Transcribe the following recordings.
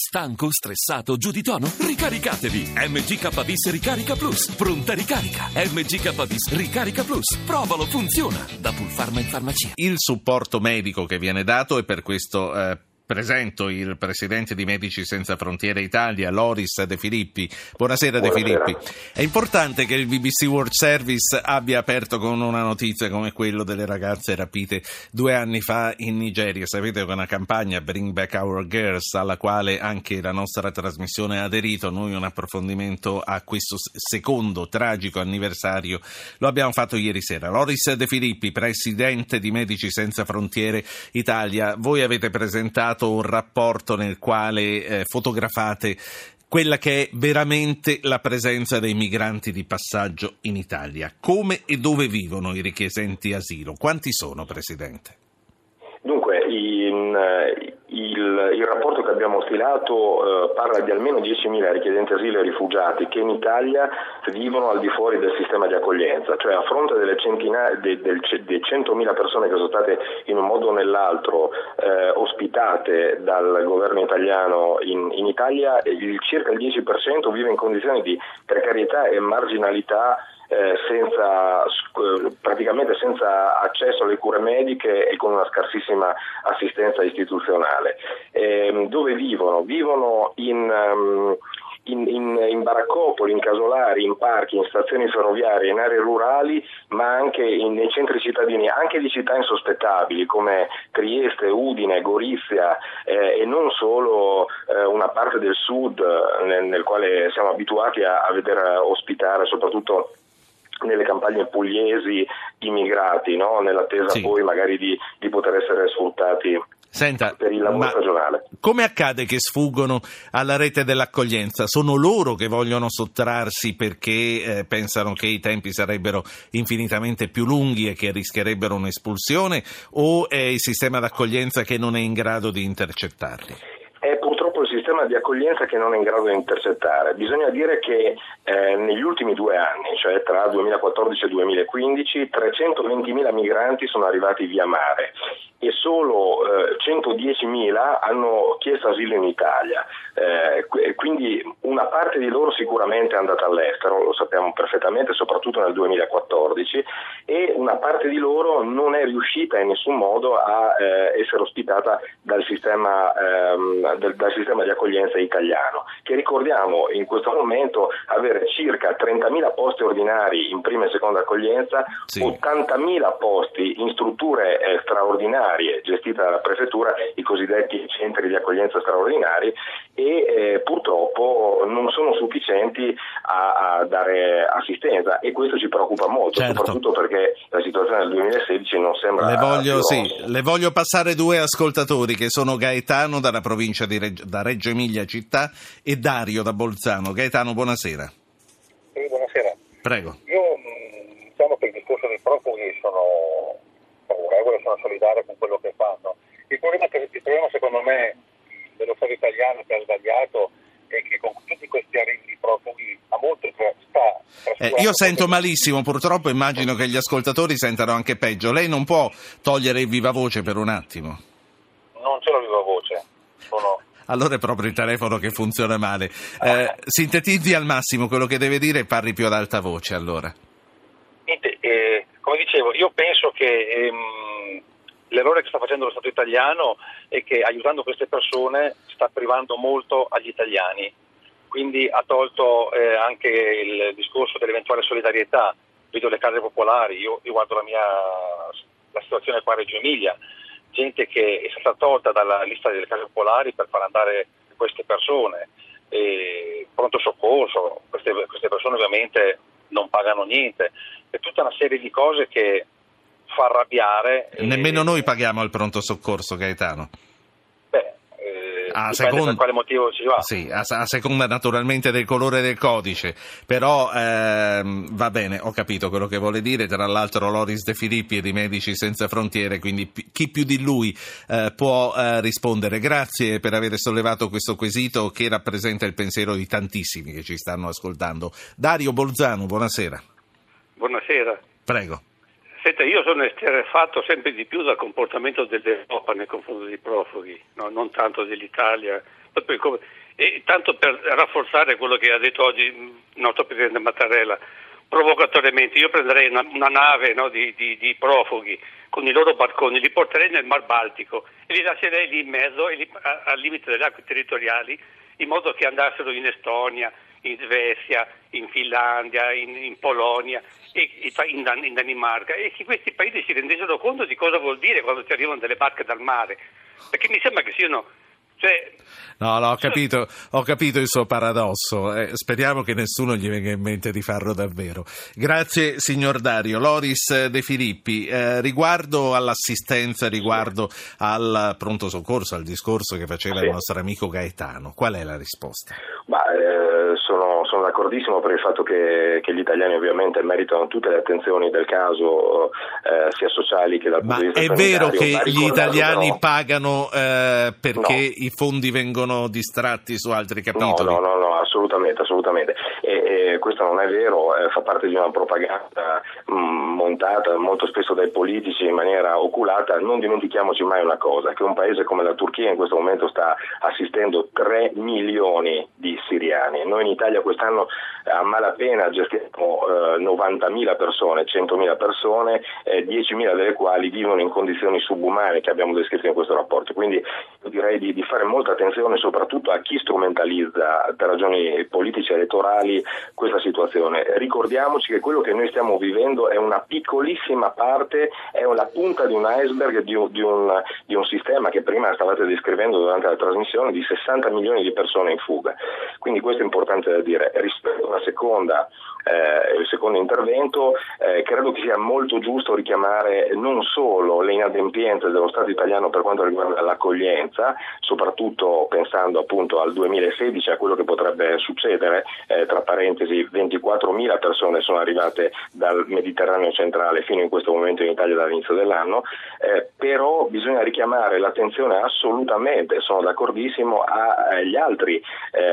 Stanco, stressato, giù di tono? Ricaricatevi! MGKBIS Ricarica Plus. Pronta ricarica. MGKBIS Ricarica Plus. Provalo, funziona. Da Pulpharma in farmacia. Il supporto medico che viene dato e per questo presento il presidente di Medici Senza Frontiere Italia, Loris De Filippi. Buonasera De Filippi. È importante che il BBC World Service abbia aperto con una notizia come quello delle ragazze rapite 2 anni fa in Nigeria. Sapete che è una campagna Bring Back Our Girls alla quale anche la nostra trasmissione ha aderito. Noi un approfondimento a questo secondo tragico anniversario lo abbiamo fatto ieri sera. Loris De Filippi, presidente di Medici Senza Frontiere Italia, voi avete presentato un rapporto nel quale fotografate quella che è veramente la presenza dei migranti di passaggio in Italia. Come e dove vivono i richiedenti asilo? Quanti sono, Presidente? Dunque, il rapporto che abbiamo stilato parla di almeno 10.000 richiedenti asilo e rifugiati che in Italia vivono al di fuori del sistema di accoglienza, cioè a fronte delle 100.000 persone che sono state in un modo o nell'altro ospitate dal governo italiano in Italia, circa il 10% vive in condizioni di precarietà e marginalità, praticamente senza accesso alle cure mediche e con una scarsissima assistenza istituzionale. Dove vivono? Vivono in baraccopoli, in casolari, in parchi, in stazioni ferroviarie, in aree rurali, ma anche nei centri cittadini, anche di città insospettabili come Trieste, Udine, Gorizia e non solo una parte del sud nel quale siamo abituati a vedere ospitare soprattutto nelle campagne pugliesi immigrati, no? Nell'attesa poi magari di poter essere sfruttati. Senta, per il lavoro stagionale. Come accade che sfuggono alla rete dell'accoglienza? Sono loro che vogliono sottrarsi perché pensano che i tempi sarebbero infinitamente più lunghi e che rischierebbero un'espulsione, o è il sistema d'accoglienza che non è in grado di intercettarli? È purtroppo il sistema di accoglienza che non è in grado di intercettare. Bisogna dire che negli ultimi 2 anni, cioè tra 2014 e 2015, 320.000 migranti sono arrivati via mare e solo 110.000 hanno chiesto asilo in Italia. Quindi una parte di loro sicuramente è andata all'estero, lo sappiamo perfettamente, soprattutto nel 2014, e una parte di loro non è riuscita in nessun modo a essere ospitata dal sistema di accoglienza italiano, che ricordiamo in questo momento avere circa 30.000 posti ordinari in prima e seconda accoglienza, 80.000 posti in strutture straordinarie gestite dalla prefettura, i cosiddetti centri di accoglienza straordinari, e purtroppo non sono sufficienti a dare assistenza, e questo ci preoccupa molto, soprattutto perché la situazione del 2016 non sembra... Le voglio passare 2 ascoltatori che sono Gaetano dalla provincia da Reggio Emilia città e Dario da Bolzano. Gaetano, buonasera. Sì, buonasera. Prego. Io diciamo che il discorso dei profughi sono favorevole, sono solidario con quello che fanno. Il problema secondo me dello Stato italiano che ha sbagliato è che con tutti questi arrivi di profughi a molto io sento malissimo, purtroppo immagino che gli ascoltatori sentano anche peggio. Lei non può togliere il viva voce per un attimo? Non ce l'ho viva voce. Allora è proprio il telefono che funziona male. Sintetizzi al massimo quello che deve dire e parli più ad alta voce, allora. Come dicevo, io penso che l'errore che sta facendo lo Stato italiano è che aiutando queste persone sta privando molto agli italiani. Quindi ha tolto anche il discorso dell'eventuale solidarietà. Vedo le case popolari, io guardo la situazione qua a Reggio Emilia, gente che è stata tolta dalla lista delle case popolari per far andare queste persone, pronto soccorso, queste persone ovviamente non pagano niente, è tutta una serie di cose che fa arrabbiare. Nemmeno noi paghiamo il pronto soccorso, Gaetano. Dipende per quale motivo si va. Sì, a seconda naturalmente del colore del codice, però va bene, ho capito quello che vuole dire. Tra l'altro Loris De Filippi è di Medici Senza Frontiere, quindi chi più di lui può rispondere. Grazie per aver sollevato questo quesito che rappresenta il pensiero di tantissimi che ci stanno ascoltando. Dario Bolzano, buonasera. Buonasera. Prego. Senta, io sono esterrefatto sempre di più dal comportamento dell'Europa nei confronti dei profughi, no? Non tanto dell'Italia E tanto per rafforzare quello che ha detto oggi il nostro Presidente Mattarella, provocatoriamente, io prenderei una nave, no, di profughi con i loro barconi, li porterei nel Mar Baltico e li lascerei lì in mezzo al limite delle acque territoriali, in modo che andassero in Estonia, in Svezia, in Finlandia, in Polonia e in Danimarca, e che questi paesi si rendessero conto di cosa vuol dire quando ci arrivano delle barche dal mare, perché mi sembra che siano... No, ho capito il suo paradosso. Speriamo che nessuno gli venga in mente di farlo davvero. Grazie, signor Dario. Loris De Filippi, riguardo all'assistenza, riguardo al pronto soccorso, al discorso che faceva il nostro amico Gaetano, qual è la risposta? Sono d'accordissimo per il fatto che gli italiani ovviamente meritano tutte le attenzioni del caso, sia sociali che dal punto di vista sanitario. Ma è vero che gli italiani pagano perché no. I fondi vengono distratti su altri capitoli? No, assolutamente. E questo non è vero, fa parte di una propaganda montata molto spesso dai politici in maniera oculata. Non dimentichiamoci mai una cosa, che un paese come la Turchia in questo momento sta assistendo 3 milioni di siriani. Noi in Italia quest'anno a malapena gestiamo 90.000 persone, 100.000 persone, 10.000 delle quali vivono in condizioni subumane che abbiamo descritto in questo rapporto. Quindi io direi di fare molta attenzione soprattutto a chi strumentalizza per ragioni politiche elettorali questa situazione. Ricordiamoci che quello che noi stiamo vivendo è una piccolissima parte, è la punta di un iceberg di un sistema che prima stavate descrivendo durante la trasmissione, di 60 milioni di persone in fuga. Quindi questo è importante da dire. Rispetto alla il secondo intervento, credo che sia molto giusto richiamare non solo le inadempienze dello Stato italiano per quanto riguarda l'accoglienza, soprattutto pensando appunto al 2016, a quello che potrebbe succedere, tra parentesi 24.000 persone sono arrivate dal Mediterraneo centrale fino in questo momento in Italia dall'inizio dell'anno, però bisogna richiamare l'attenzione assolutamente, sono d'accordissimo, agli altri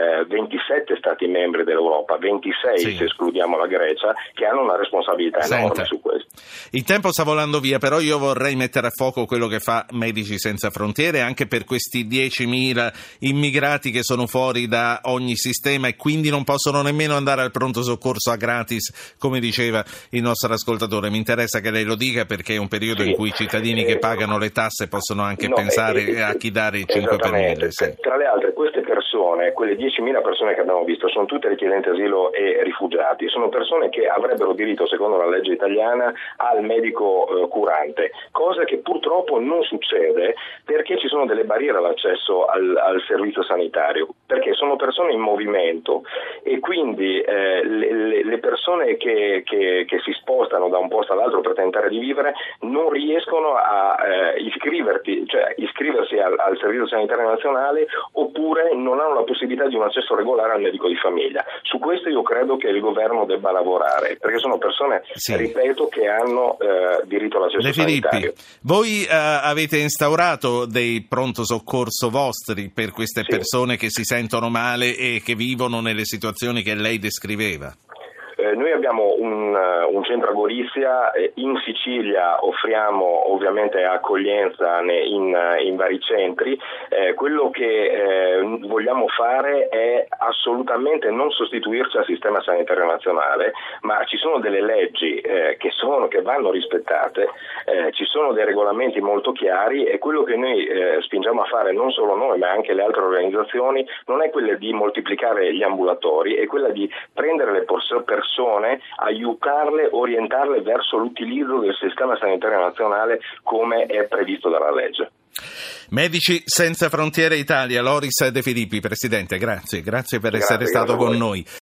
27 Stati membri dell'Europa, 26 se escludiamo la Grecia, che hanno una responsabilità enorme su questo. Il tempo sta volando via, però io vorrei mettere a fuoco quello che fa Medici Senza Frontiere anche per questi 10.000 immigrati che sono fuori da ogni sistema e quindi non possono nemmeno andare al pronto soccorso a gratis, come diceva il nostro ascoltatore. Mi interessa che lei lo dica, perché è un periodo in cui i cittadini che pagano le tasse possono anche pensare a chi dare il 5 per 1000. Tra le altre, queste persone, quelle 10.000 persone che abbiamo visto, sono tutte richiedenti asilo e rifugiati, sono persone che avrebbero diritto, secondo la legge italiana, al medico curante, cosa che purtroppo non succede perché ci sono delle barriere all'accesso al servizio sanitario, perché sono persone in movimento e quindi le persone che si spostano da un posto all'altro per tentare di vivere non riescono a iscriversi al servizio sanitario nazionale, oppure non hanno la possibilità di un accesso regolare al medico di famiglia. Su questo io credo che il governo debba lavorare, perché sono persone, ripeto, che hanno diritto all'accesso sanitario. Voi avete instaurato dei pronto soccorso vostri per queste persone che si sentono male e che vivono nelle situazioni che lei descriveva? Noi abbiamo un centro a Gorizia, in Sicilia offriamo ovviamente accoglienza in vari centri. Quello che vogliamo fare è assolutamente non sostituirci al sistema sanitario nazionale, ma ci sono delle leggi che vanno rispettate, ci sono dei regolamenti molto chiari, e quello che noi spingiamo a fare, non solo noi ma anche le altre organizzazioni, non è quella di moltiplicare gli ambulatori, è quella di prendere le persone, aiutarle, orientarle verso l'utilizzo del sistema sanitario nazionale come è previsto dalla legge. Medici Senza Frontiere Italia, Loris De Filippi, Presidente, grazie per essere stato con noi.